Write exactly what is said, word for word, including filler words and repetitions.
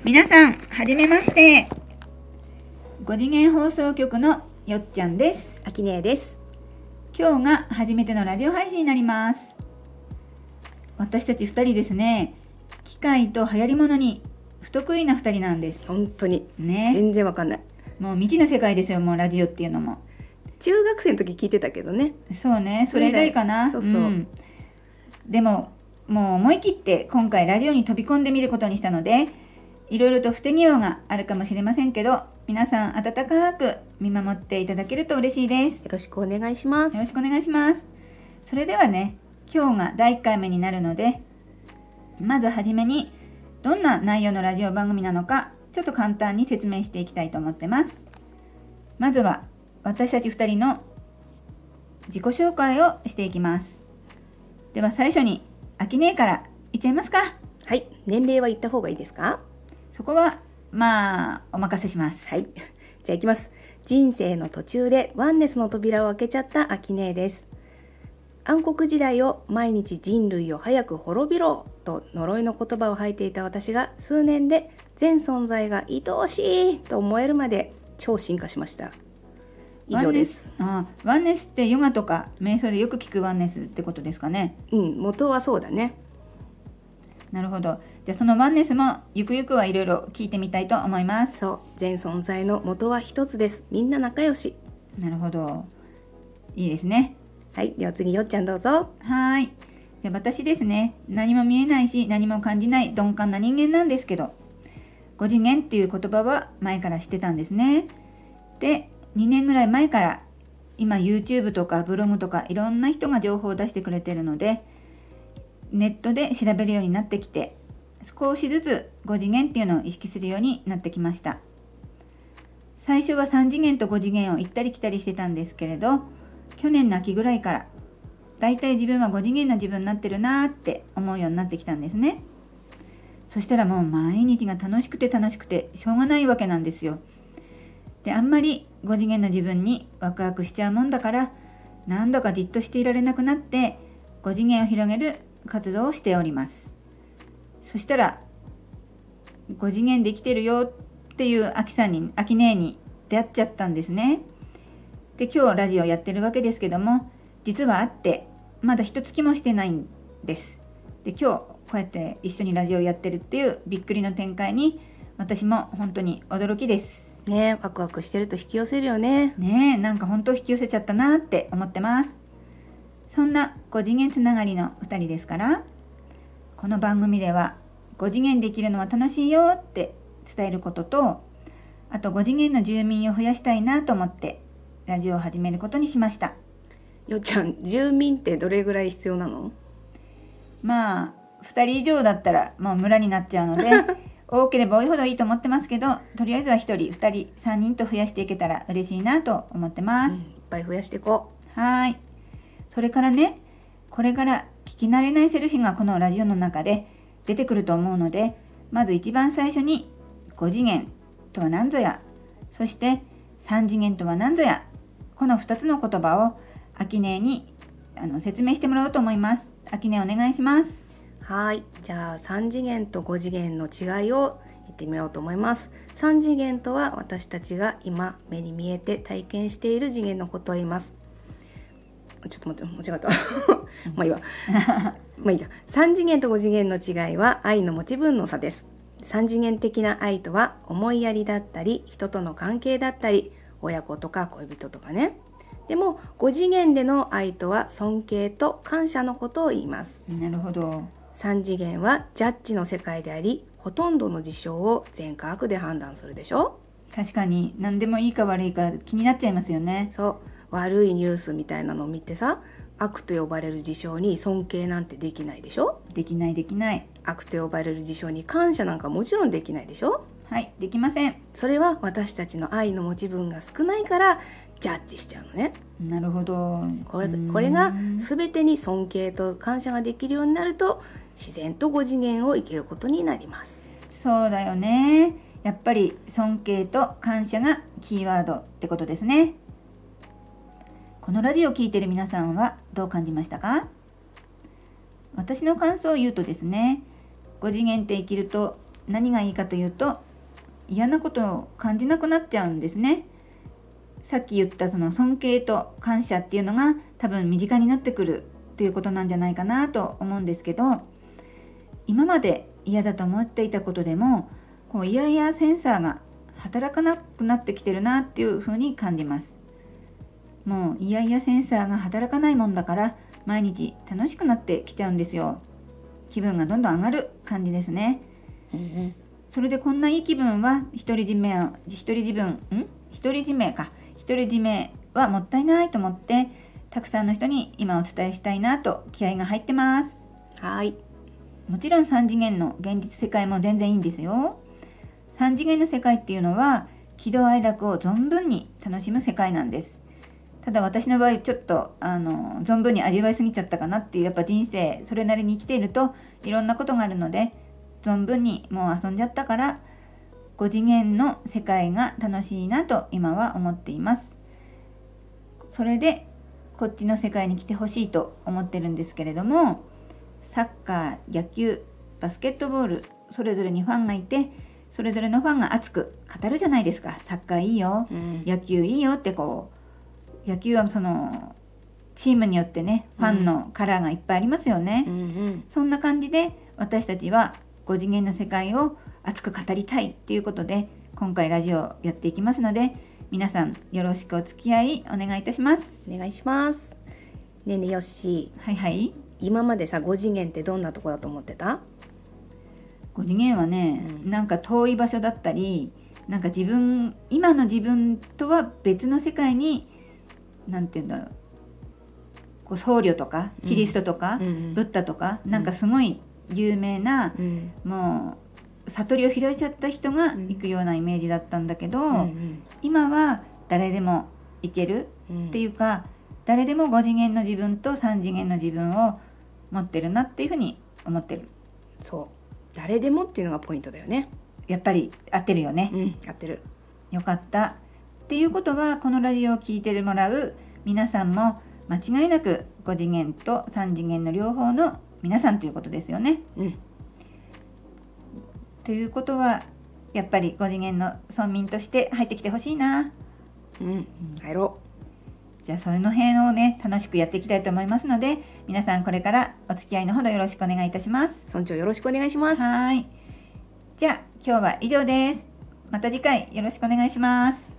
皆さん、はじめまして。ご次元放送局のよっちゃんです。 あきねえです。 今日が初めてのラジオ配信になります。私たちふたりですね、機械と流行り物に不得意なふたりなんです。 本当にね。 全然わかんない。 もう未知の世界ですよ、もうラジオっていうのも。 中学生の時聞いてたけどね。 そうね、それ以来かな。 そうそう、うん、 でも、もう思い切って今回ラジオに飛び込んでみることにしたので、いろいろと不手際があるかもしれませんけど、皆さん温かく見守っていただけると嬉しいです。 よろしくお願いします。 よろしくお願いします。それではね、今日がだいいっかいめになるので、まずはじめにどんな内容のラジオ番組なのか、ちょっと簡単に説明していきたいと思ってます。まずは私たちふたりの自己紹介をしていきます。では最初にあきねえからいっちゃいますか。 はい、年齢は言った方がいいですか？ そこはまあお任せします。 はい、じゃあいきます。人生の途中でワンネスの扉を開けちゃったあきねえです。暗黒時代を毎日人類を早く滅びろと呪いの言葉を吐いていた私が、数年で全存在が愛おしいと思えるまで超進化しました。以上です。 ワンネス、あ、ワンネスってヨガとか瞑想でよく聞くワンネスってことですかね。 うん、元はそうだね。 なるほど。じゃあそのワンネスもゆくゆくはいろいろ聞いてみたいと思います。 そう、全存在の元は一つです。みんな仲良し。 なるほど、いいですね。 はい、では次よっちゃんどうぞ。 はい。で私ですね、何も見えないし何も感じない鈍感な人間なんですけど、ご次元っていう言葉は前から知ってたんですね。でにねんぐらい前から今 YouTube とかブログとかいろんな人が情報を出してくれてるので、ネットで調べるようになってきて、少しずつご次元っていうのを意識するようになってきました。最初はさん次元とご次元を行ったり来たりしてたんですけれど、去年の秋ぐらいからだいたい自分はご次元の自分になってるなーって思うようになってきたんですね。そしたらもう毎日が楽しくて楽しくてしょうがないわけなんですよ。であんまりご次元の自分にワクワクしちゃうもんだから、何度かじっとしていられなくなってご次元を広げる活動をしております。そしたらご次元できてるよっていうあきさんに、あきねえに出会っちゃったんですね。で今日ラジオやってるわけですけども、実は会ってまだ一月もしてないんです。で今日こうやって一緒にラジオやってるっていうびっくりの展開に、私も本当に驚きですね。ワクワクしてると引き寄せるよね。 ねえ、なんか本当引き寄せちゃったなって思ってます。そんなご次元つながりのふたりですから、この番組ではご次元できるのは楽しいよって伝えることと、あとご次元の住民を増やしたいなと思ってラジオを始めることにしました。 よっちゃん、住民ってどれぐらい必要なの？ まあふたり以上だったらもう村になっちゃうので多ければ多いほどいいと思ってますけど、とりあえずはひとり、ふたり、さんにんと増やしていけたら嬉しいなと思ってます。 うん、いっぱい増やしていこう。はい。それからね、これから聞き慣れないセルフィがこのラジオの中で出てくると思うので、まず一番最初にご次元とは何ぞや、そしてさん次元とは何ぞや、このふたつの言葉をあきねえにあの説明してもらおうと思います。あきねえお願いします。 はい、じゃあさん次元とご次元の違いを言ってみようと思います。さん次元とは私たちが今目に見えて体験している次元のことを言います。ちょっと待って、間違ったまあいいわまあいいや。さん次元とご次元の違いは愛の持ち分の差です。さん次元的な愛とは思いやりだったり、人との関係だったり、親子とか恋人とかね。でもご次元での愛とは尊敬と感謝のことを言います。 なるほど。 さん次元はジャッジの世界であり、ほとんどの事象を善か悪で判断するでしょ。 確かに何でもいいか悪いか気になっちゃいますよね。 そう、悪いニュースみたいなのを見てさ、悪と呼ばれる事象に尊敬なんてできないでしょ。 できないできない。 悪と呼ばれる事象に感謝なんかもちろんできないでしょ。 はい、できません。 それは私たちの愛の持ち分が少ないからジャッジしちゃうのね。 なるほど。 これ、これが全てに尊敬と感謝ができるようになると、自然とご次元を生きることになります。 そうだよね。やっぱり尊敬と感謝がキーワードってことですね。このラジオを聞いている皆さんはどう感じましたか？私の感想を言うとですね、ご次元って生きると何がいいかというと、嫌なことを感じなくなっちゃうんですね。さっき言ったその尊敬と感謝っていうのが多分身近になってくるということなんじゃないかなと思うんですけど、今まで嫌だと思っていたことでもこうイヤイヤセンサーが働かなくなってきてるなっていうふうに感じます。もうイヤイヤセンサーが働かないもんだから毎日楽しくなってきちゃうんですよ。気分がどんどん上がる感じですね。 うんうん、 それでこんないい気分は独り占めを独り自分ん独り占めか独り占めはもったいないと思ってたくさんの人に今お伝えしたいなと気合が入ってます。 はい。 もちろんさん次元の現実世界も全然いいんですよ。さん次元の世界っていうのは喜怒哀楽を存分に楽しむ世界なんです。ただ私の場合ちょっとあの存分に味わいすぎちゃったかなっていう、やっぱ人生それなりに生きているといろんなことがあるので存分にもう遊んじゃったからご次元の世界が楽しいなと今は思っています。それでこっちの世界に来てほしいと思ってるんですけれども、サッカー、野球、バスケットボールそれぞれにファンがいて、それぞれのファンが熱く語るじゃないですか。サッカーいいよ、うん、野球いいよってこう、野球はそのチームによってねファンのカラーがいっぱいありますよね、 うんうん、 そんな感じで私たちはご次元の世界を熱く語りたいっていうことで今回ラジオをやっていきますので、皆さんよろしくお付き合いお願いいたします。 お願いします。ねえねえよっしー。はいはい。 今までさご次元ってどんなとこだと思ってた？ ご次元はね、うん、なんか遠い場所だったり、なんか自分今の自分とは別の世界になんていうんだろう、こう僧侶とかキリストとか、うん、ブッダとか、うん、なんかすごい有名な、うん、もう悟りを開いちゃった人が行くようなイメージだったんだけど、うんうん、今は誰でも行けるっていうか、うん、誰でもご次元の自分とさん次元の自分を持ってるなっていうふうに思ってる。 そう、誰でもっていうのがポイントだよね。 やっぱり合ってるよね。 うん、合ってる。 よかった。っていうことはこのラジオを聞いてもらう皆さんも間違いなくご次元とさん次元の両方の皆さんということですよね。 うん。 ということはやっぱりご次元の村民として入ってきてほしいな。 うん、入ろう。じゃあその辺をね楽しくやっていきたいと思いますので、皆さんこれからお付き合いのほどよろしくお願いいたします。 尊重よろしくお願いします。 はい。じゃあ今日は以上です。また次回よろしくお願いします。